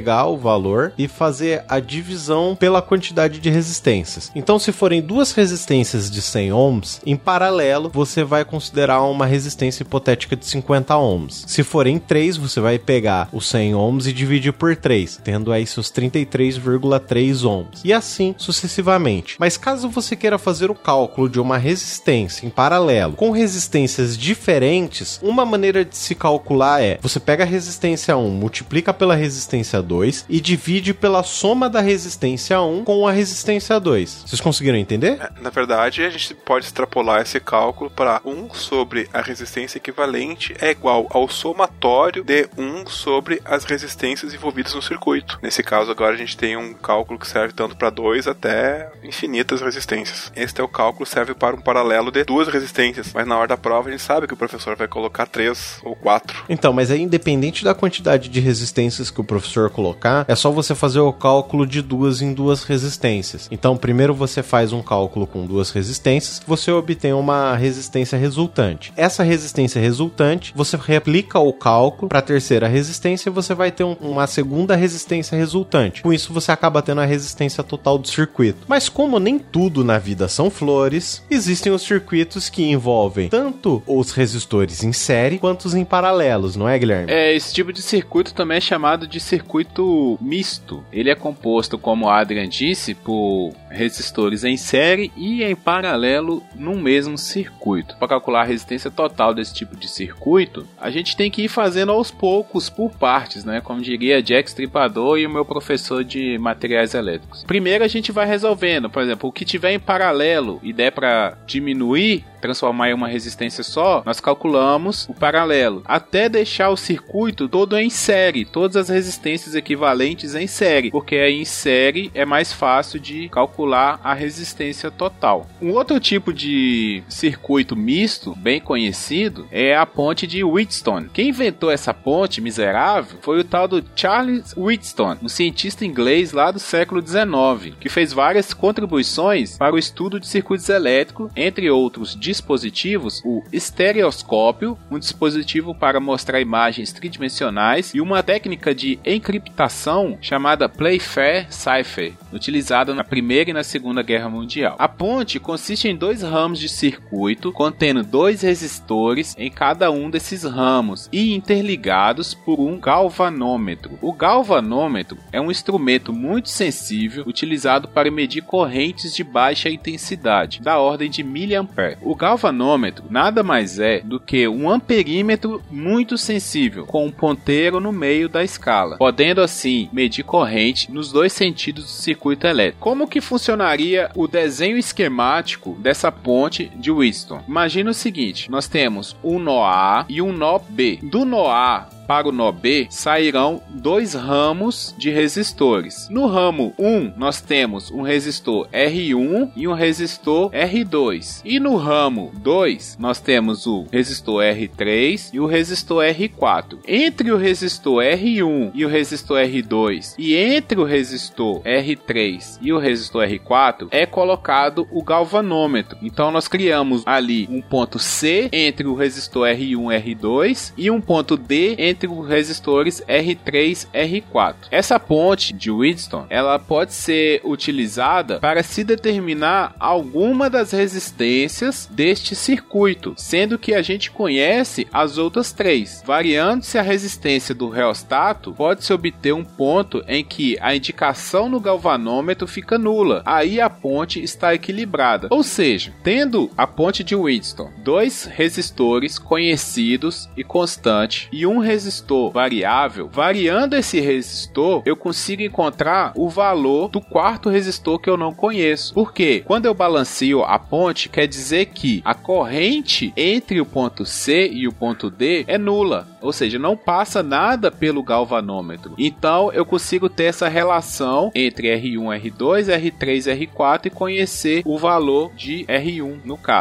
pegar o valor e fazer a divisão pela quantidade de resistências. Então, se forem duas resistências de cem ohms, em paralelo, você vai considerar uma resistência hipotética de cinquenta ohms. Se forem três, você vai pegar os cem ohms e dividir por três, tendo aí seus trinta e três vírgula três ohms. E assim sucessivamente. Mas caso você queira fazer o cálculo de uma resistência em paralelo com resistências diferentes, uma maneira de se calcular é: você pega a resistência um, multiplica pela resistência dois e divide pela soma da resistência um com a resistência dois. Vocês conseguiram entender? É, na verdade, a gente pode extrapolar esse cálculo para um sobre a resistência equivalente é igual ao somatório de um sobre as resistências envolvidas no circuito. Nesse caso, agora a gente tem um cálculo que serve tanto para dois até infinitas resistências. Este é o cálculo, serve para um paralelo de duas resistências, mas na hora da prova a gente sabe que o professor vai colocar três ou quatro. Então, mas aí independente da quantidade de resistências que o professor colocar, é só você fazer o cálculo de duas em duas resistências. Então, primeiro você faz um cálculo com duas resistências, você obtém uma resistência resultante. Essa resistência resultante, você replica o cálculo para a terceira resistência e você vai ter um, uma segunda resistência resultante. Com isso, você acaba tendo a resistência total do circuito. Mas como nem tudo na vida são flores, existem os circuitos que envolvem tanto os resistores em série quanto os em paralelos, não é, Guilherme? É, esse tipo de circuito também é chamado de circuito misto. Ele é composto, como o Adrian disse, por resistores em série e em paralelo num mesmo circuito. Para calcular a resistência total desse tipo de circuito, a gente tem que ir fazendo aos poucos, por partes, né? Como diria Jack Stripador e o meu professor de materiais elétricos. Primeiro a gente vai resolvendo, por exemplo, o que tiver em paralelo e der para diminuir, transformar em uma resistência só, nós calculamos o paralelo, até deixar o circuito todo em série, todas as resistências equivalentes em série, porque aí em série é mais fácil de calcular a resistência total. Um outro tipo de circuito misto, bem conhecido, é a ponte de Wheatstone. Quem inventou essa ponte miserável foi o tal do Charles Wheatstone, um cientista inglês lá do século dezenove, que fez várias contribuições para o estudo de circuitos elétricos, entre outros dispositivos, o estereoscópio, um dispositivo para mostrar imagens tridimensionais, e uma técnica de encriptação chamada Playfair Cipher, utilizada na Primeira e na Segunda Guerra Mundial. A ponte consiste em dois ramos de circuito, contendo dois resistores em cada um desses ramos e interligados por um galvanômetro. O galvanômetro é um instrumento muito sensível utilizado para medir correntes de baixa intensidade, da ordem de miliampere. O galvanômetro nada mais é do que um amperímetro muito sensível, com um ponteiro no meio da escala, podendo assim medir corrente nos dois sentidos do circuito elétrico. Como que funcionaria o desenho esquemático dessa ponte de Wheatstone? Imagina o seguinte: nós temos um nó A e um nó B. Do nó A para o nó B sairão dois ramos de resistores. No ramo um, nós temos um resistor R um e um resistor R dois. E no ramo dois, nós temos o resistor R três e o resistor R quatro. Entre o resistor R um e o resistor R dois e entre o resistor R três e o resistor R quatro é colocado o galvanômetro. Então nós criamos ali um ponto C entre o resistor R um e R dois e um ponto D entre entre os resistores R três e R quatro. Essa ponte de Wheatstone, ela pode ser utilizada para se determinar alguma das resistências deste circuito, sendo que a gente conhece as outras três. Variando-se a resistência do reostato, pode-se obter um ponto em que a indicação no galvanômetro fica nula. Aí a ponte está equilibrada. Ou seja, tendo a ponte de Wheatstone, dois resistores conhecidos e constantes e um resistor variável, variando esse resistor, eu consigo encontrar o valor do quarto resistor que eu não conheço. Porque quando eu balanceio a ponte, quer dizer que a corrente entre o ponto C e o ponto D é nula. Ou seja, não passa nada pelo galvanômetro. Então eu consigo ter essa relação entre R um, R dois, R três, R quatro e conhecer o valor de R um no caso.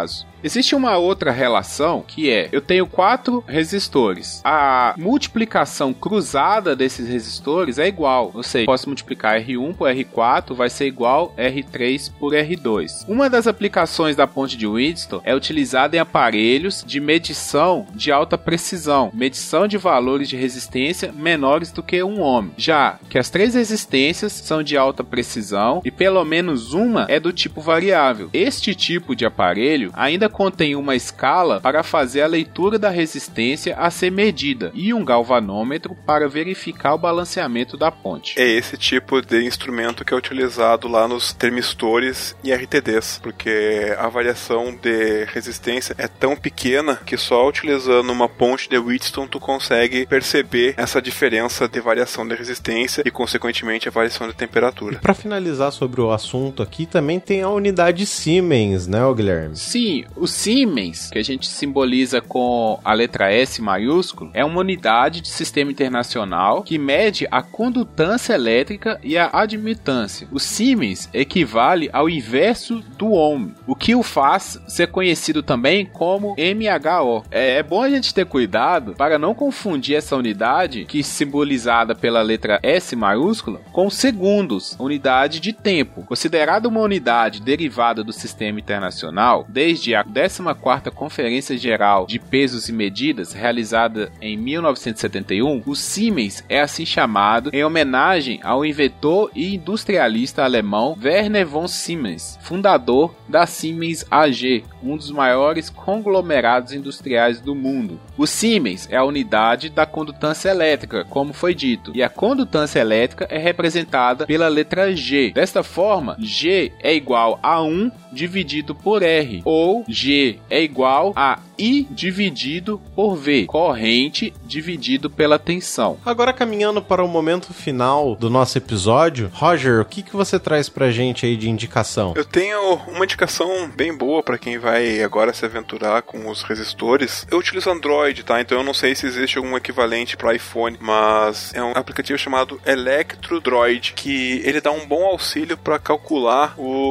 Existe uma outra relação que é, eu tenho quatro resistores. A multiplicação cruzada desses resistores é igual. Ou seja, posso multiplicar R um por R quatro, vai ser igual R três por R dois. Uma das aplicações da ponte de Wheatstone é utilizada em aparelhos de medição de alta precisão, medição de valores de resistência menores do que um ohm. Já que as três resistências são de alta precisão e pelo menos uma é do tipo variável. Este tipo de aparelho ainda contém uma escala para fazer a leitura da resistência a ser medida e um galvanômetro para verificar o balanceamento da ponte. É esse tipo de instrumento que é utilizado lá nos termistores e R T Ds, porque a variação de resistência é tão pequena que só utilizando uma ponte de Wheatstone tu consegue perceber essa diferença de variação de resistência e consequentemente a variação de temperatura. Para finalizar sobre o assunto aqui, também tem a unidade Siemens, né, Guilherme? Sim, o Siemens, que a gente simboliza com a letra S maiúsculo, é uma unidade de sistema internacional que mede a condutância elétrica e a admitância. O Siemens equivale ao inverso do ohm, o que o faz ser conhecido também como M H O. É, é bom a gente ter cuidado para não confundir essa unidade, que é simbolizada pela letra S maiúscula, com segundos, unidade de tempo. Considerada uma unidade derivada do sistema internacional, desde a décima quarta Conferência Geral de Pesos e Medidas, realizada em mil novecentos e setenta e um, o Siemens é assim chamado em homenagem ao inventor e industrialista alemão Werner von Siemens, fundador da Siemens A G, um dos maiores conglomerados industriais do mundo. O Siemens é a unidade da condutância elétrica, como foi dito, e a condutância elétrica é representada pela letra G. Desta forma, G é igual a um dividido por R, ou G é igual a I dividido por V, corrente dividido pela tensão. Agora, caminhando para o momento final do nosso episódio, Roger, o que, que você traz pra gente aí de indicação? Eu tenho uma indicação bem boa para quem vai agora se aventurar com os resistores. Eu utilizo Android, tá? Então eu não sei se existe algum equivalente para iPhone, mas é um aplicativo chamado ElectroDroid, que ele dá um bom auxílio para calcular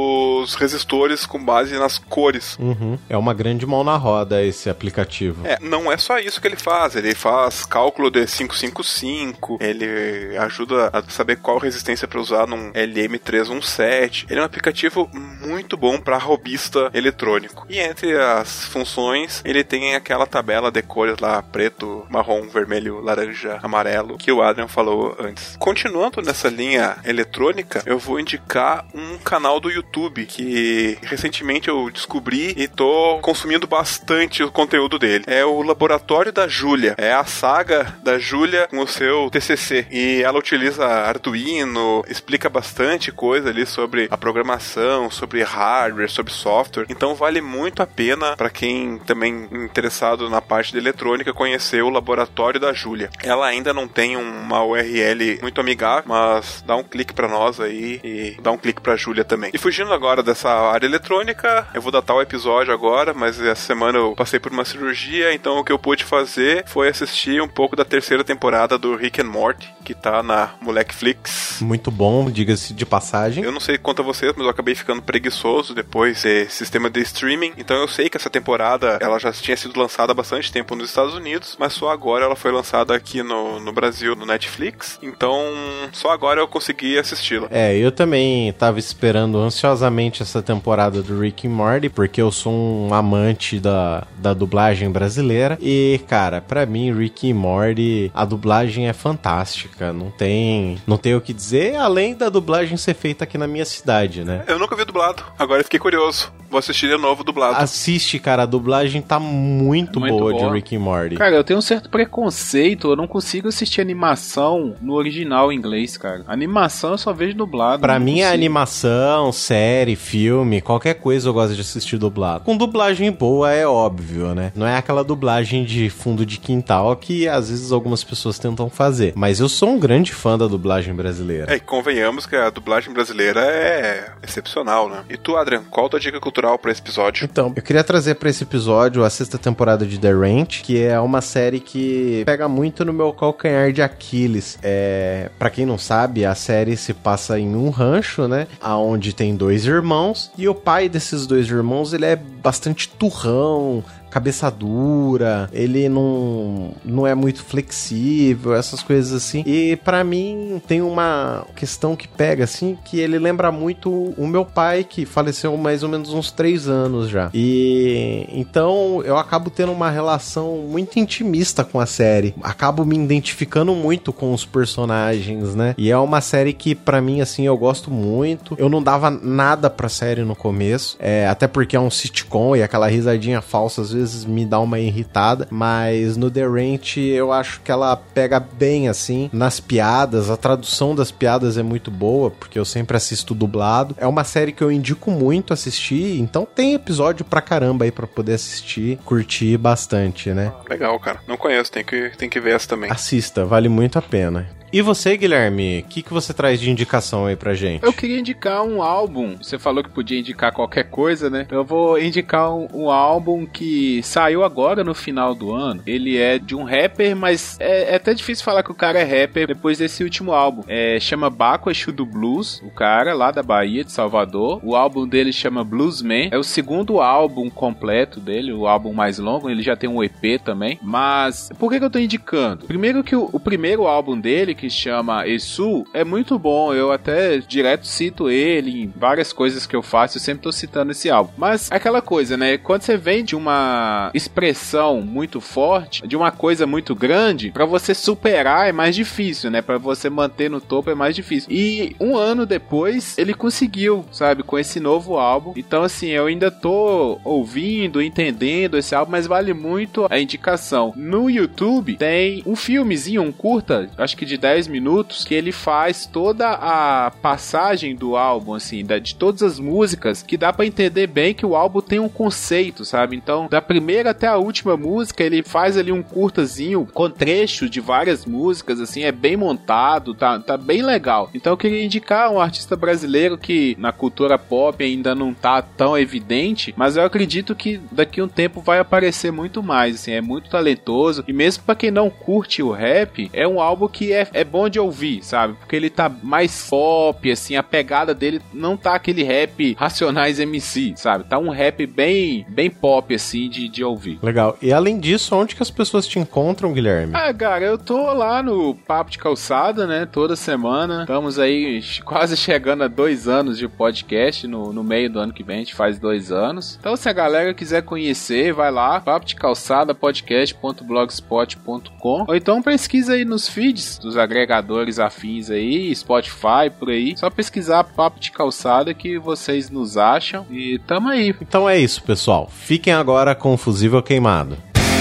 os resistores com base nas cores. Uhum. É uma grande mão na roda esse aplicativo. É, não é só isso que ele faz, ele faz cálculo de quinhentos e cinquenta e cinco, ele ajuda a saber qual resistência para usar num L M trezentos e dezessete. Ele é um aplicativo muito bom para robista eletrônico. E entre as funções, ele tem aquela tabela de cores lá, preto, marrom, vermelho, laranja, amarelo, que o Adrian falou antes. Continuando nessa linha eletrônica, eu vou indicar um canal do YouTube que recentemente eu descobri e tô consumindo bastante o conteúdo dele. É o Laboratório da Júlia. É a saga da Júlia com o seu T C C. E ela utiliza Arduino, explica bastante coisa ali sobre a programação, sobre hardware, sobre software. Então vale muito a pena para quem também interessado na parte de eletrônica conhecer o Laboratório da Júlia. Ela ainda não tem uma U R L muito amigável, mas dá um clique para nós aí e dá um clique para a Júlia também. E fugindo agora dessa área eletrônica, eu vou datar o episódio agora, mas essa semana eu passei por uma cirurgia, então o que eu pude fazer foi assistir um pouco da terceira temporada do Rick and Morty, que tá na Molequeflix. Muito bom, diga-se de passagem. Eu não sei quanto a vocês, mas eu acabei ficando preguiçoso depois de sistema de streaming, então eu sei que essa temporada ela já tinha sido lançada há bastante tempo nos Estados Unidos, mas só agora ela foi lançada aqui no, no Brasil, no Netflix, então só agora eu consegui assisti-la. É, eu também tava esperando ansiosamente essa temporada do Rick and Morty, porque eu sou um amante da, da dublagem brasileira, e cara, pra mim Rick and Morty, a dublagem é fantástica, não tem, não tem o que dizer, além da dublagem ser feita aqui na minha cidade, né? Eu nunca vi dublado, agora eu fiquei curioso. Vou assistir de novo dublado. Assiste, cara, a dublagem tá muito, muito boa, boa de Rick and Morty. Cara, eu tenho um certo preconceito, eu não consigo assistir animação no original em inglês, cara. Animação eu só vejo dublado. Pra mim é animação, série, filme, qualquer coisa eu gosto de assistir dublado. Com dublagem boa é óbvio, né? Não é aquela dublagem de fundo de quintal que às vezes algumas pessoas tentam fazer. Mas eu sou um grande fã da dublagem brasileira. É, e convenhamos que a dublagem brasileira é excepcional, né? E tu, Adrian, qual a tua dica cultural natural pra esse episódio. Então, eu queria trazer pra esse episódio a sexta temporada de The Ranch, que é uma série que pega muito no meu calcanhar de Aquiles. É, pra quem não sabe, a série se passa em um rancho, né? Onde tem dois irmãos, e o pai desses dois irmãos, ele é bastante turrão, cabeça dura, ele não, não é muito flexível, essas coisas assim. E pra mim tem uma questão que pega, assim, que ele lembra muito o meu pai, que faleceu mais ou menos uns três anos já. E então eu acabo tendo uma relação muito intimista com a série. Acabo me identificando muito com os personagens, né? E é uma série que pra mim, assim, eu gosto muito. Eu não dava nada pra série no começo, é, até porque é um sitcom e aquela risadinha falsa às vezes me dá uma irritada, mas no The Ranch eu acho que ela pega bem, assim, nas piadas. A tradução das piadas é muito boa, porque eu sempre assisto dublado. É uma série que eu indico muito assistir, então tem episódio pra caramba aí pra poder assistir, curtir bastante, né? Legal, cara. Não conheço, tem que, tem que ver essa também. Assista, vale muito a pena. E você, Guilherme, o que, que você traz de indicação aí pra gente? Eu queria indicar um álbum. Você falou que podia indicar qualquer coisa, né? Eu vou indicar um, um álbum que saiu agora no final do ano. Ele é de um rapper, mas é, é até difícil falar que o cara é rapper depois desse último álbum. É, chama Baco Exu do Blues, o cara lá da Bahia, de Salvador. O álbum dele chama Bluesman. É o segundo álbum completo dele, o álbum mais longo. Ele já tem um E P também. Mas por que, que eu tô indicando? Primeiro que o, o primeiro álbum dele, que chama Exu, é muito bom. Eu até direto cito ele em várias coisas que eu faço, eu sempre tô citando esse álbum. Mas aquela coisa, né? Quando você vem de uma expressão muito forte, de uma coisa muito grande, pra você superar é mais difícil, né? Pra você manter no topo é mais difícil. E um ano depois, ele conseguiu, sabe? Com esse novo álbum. Então, assim, eu ainda tô ouvindo, entendendo esse álbum, mas vale muito a indicação. No YouTube tem um filmezinho, um curta, acho que de dez minutos, que ele faz toda a passagem do álbum, assim, da, de todas as músicas, que dá pra entender bem que o álbum tem um conceito, sabe? Então, da primeira até a última música, ele faz ali um curtazinho com trechos de várias músicas, assim, é bem montado, tá, tá bem legal. Então, eu queria indicar um artista brasileiro que na cultura pop ainda não tá tão evidente, mas eu acredito que daqui a um tempo vai aparecer muito mais, assim, é muito talentoso, e mesmo pra quem não curte o rap, é um álbum que é, é bom de ouvir, sabe? Porque ele tá mais pop, assim, a pegada dele não tá aquele rap Racionais M C, sabe? Tá um rap bem, bem pop, assim, de, de ouvir. Legal. E além disso, onde que as pessoas te encontram, Guilherme? Ah, cara, eu tô lá no Papo de Calçada, né? Toda semana. Estamos aí quase chegando a dois anos de podcast. No, no meio do ano que vem a gente faz dois anos. Então, se a galera quiser conhecer, vai lá, papo de calçada podcast ponto blogspot ponto com, ou então pesquisa aí nos feeds dos agregadores afins aí, Spotify, por aí. Só pesquisar Papo de Calçada que vocês nos acham e tamo aí. Então é isso, pessoal. Fiquem agora com o Fusível Queimado.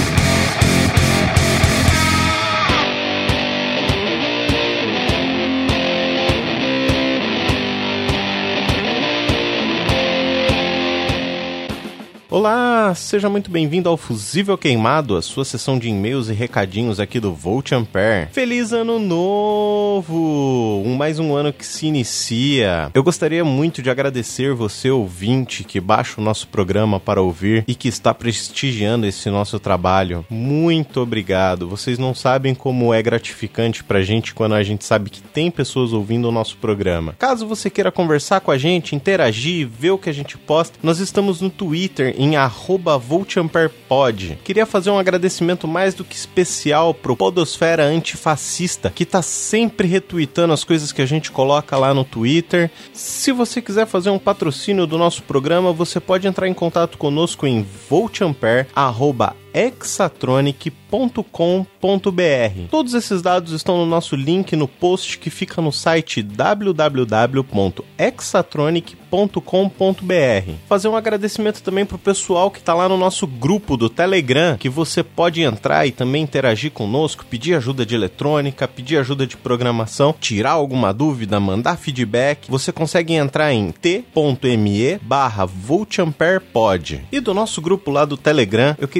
Olá, seja muito bem-vindo ao Fusível Queimado, a sua sessão de e-mails e recadinhos aqui do Volt Ampere. Feliz Ano Novo! Um, mais um ano que se inicia. Eu gostaria muito de agradecer você, ouvinte, que baixa o nosso programa para ouvir e que está prestigiando esse nosso trabalho. Muito obrigado. Vocês não sabem como é gratificante pra gente quando a gente sabe que tem pessoas ouvindo o nosso programa. Caso você queira conversar com a gente, interagir, ver o que a gente posta, nós estamos no Twitter, em arroba voltamperpod. Queria fazer um agradecimento mais do que especial pro Podosfera Antifascista, que tá sempre retweetando as coisas que a gente coloca lá no Twitter. Se você quiser fazer um patrocínio do nosso programa, você pode entrar em contato conosco em voltampere arroba exatronic ponto com ponto b r. Todos esses dados estão no nosso link no post que fica no site w w w ponto exatronic ponto com ponto b r. Fazer um agradecimento também pro pessoal que tá lá no nosso grupo do Telegram, que você pode entrar e também interagir conosco, pedir ajuda de eletrônica, pedir ajuda de programação, tirar alguma dúvida, mandar feedback. Você consegue entrar em t ponto m e barra voltamperpod. E do nosso grupo lá do Telegram, eu queria enfatizar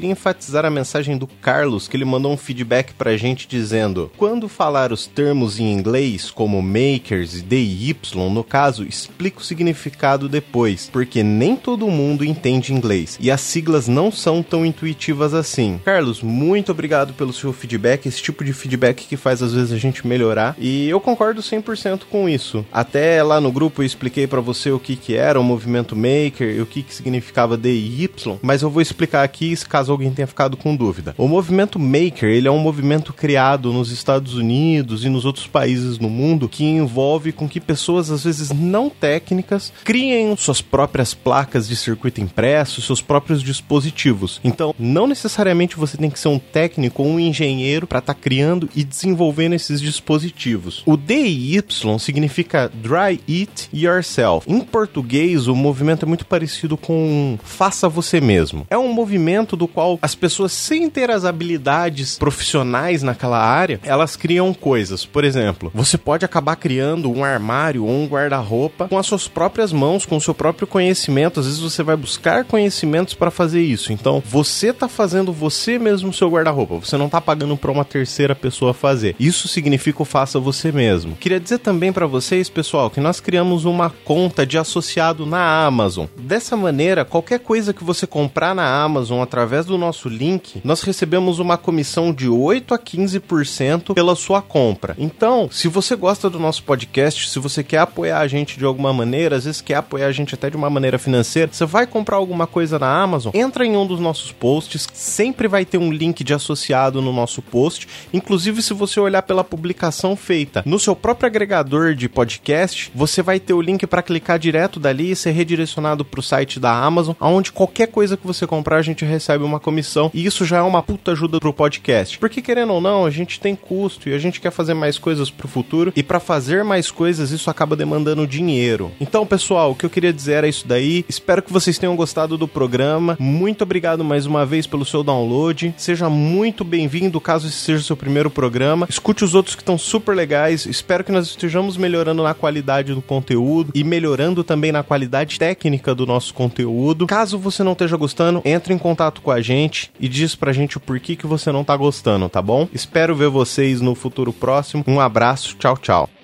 enfatizar a mensagem do Carlos, que ele mandou um feedback pra gente dizendo: quando falar os termos em inglês, como makers e D I Y, no caso, explica o significado depois, porque nem todo mundo entende inglês, e as siglas não são tão intuitivas assim. Carlos, muito obrigado pelo seu feedback, esse tipo de feedback que faz às vezes a gente melhorar, e eu concordo cem por cento com isso. Até lá no grupo eu expliquei pra você o que que era o movimento maker e o que que significava D I Y, mas eu vou explicar aqui caso alguém tenha ficado com dúvida. O movimento maker, ele é um movimento criado nos Estados Unidos e nos outros países no mundo que envolve com que pessoas, às vezes não técnicas, criem suas próprias placas de circuito impresso, seus próprios dispositivos. Então, não necessariamente você tem que ser um técnico ou um engenheiro para estar tá criando e desenvolvendo esses dispositivos. O D I Y significa Dry It Yourself. Em português, o movimento é muito parecido com faça você mesmo. É um movimento do qual as pessoas, sem ter as habilidades profissionais naquela área, elas criam coisas. Por exemplo, você pode acabar criando um armário ou um guarda-roupa com as suas próprias mãos, com o seu próprio conhecimento. Às vezes você vai buscar conhecimentos para fazer isso. Então, você tá fazendo você mesmo o seu guarda-roupa. Você não tá pagando para uma terceira pessoa fazer. Isso significa o faça você mesmo. Queria dizer também para vocês, pessoal, que nós criamos uma conta de associado na Amazon. Dessa maneira, qualquer coisa que você comprar na Amazon através do nosso link, nós recebemos uma comissão de oito a quinze por cento pela sua compra. Então, se você gosta do nosso podcast, se você quer apoiar a gente de alguma maneira, às vezes quer apoiar a gente até de uma maneira financeira, você vai comprar alguma coisa na Amazon, entra em um dos nossos posts, sempre vai ter um link de associado no nosso post, inclusive se você olhar pela publicação feita no seu próprio agregador de podcast, você vai ter o link para clicar direto dali e ser redirecionado para o site da Amazon, onde qualquer coisa que você comprar, a gente recebe uma comissão, e isso já é uma puta ajuda pro podcast, porque querendo ou não, a gente tem custo e a gente quer fazer mais coisas pro futuro, e para fazer mais coisas, isso acaba demandando dinheiro. Então, pessoal, o que eu queria dizer era isso daí. Espero que vocês tenham gostado do programa. Muito obrigado mais uma vez pelo seu download. Seja muito bem-vindo, caso esse seja o seu primeiro programa. Escute os outros que estão super legais. Espero que nós estejamos melhorando na qualidade do conteúdo e melhorando também na qualidade técnica do nosso conteúdo. Caso você não esteja gostando, entre em contato com a gente e diz pra gente o porquê que você não tá gostando, tá bom? Espero ver vocês no futuro próximo. Um abraço, tchau, tchau.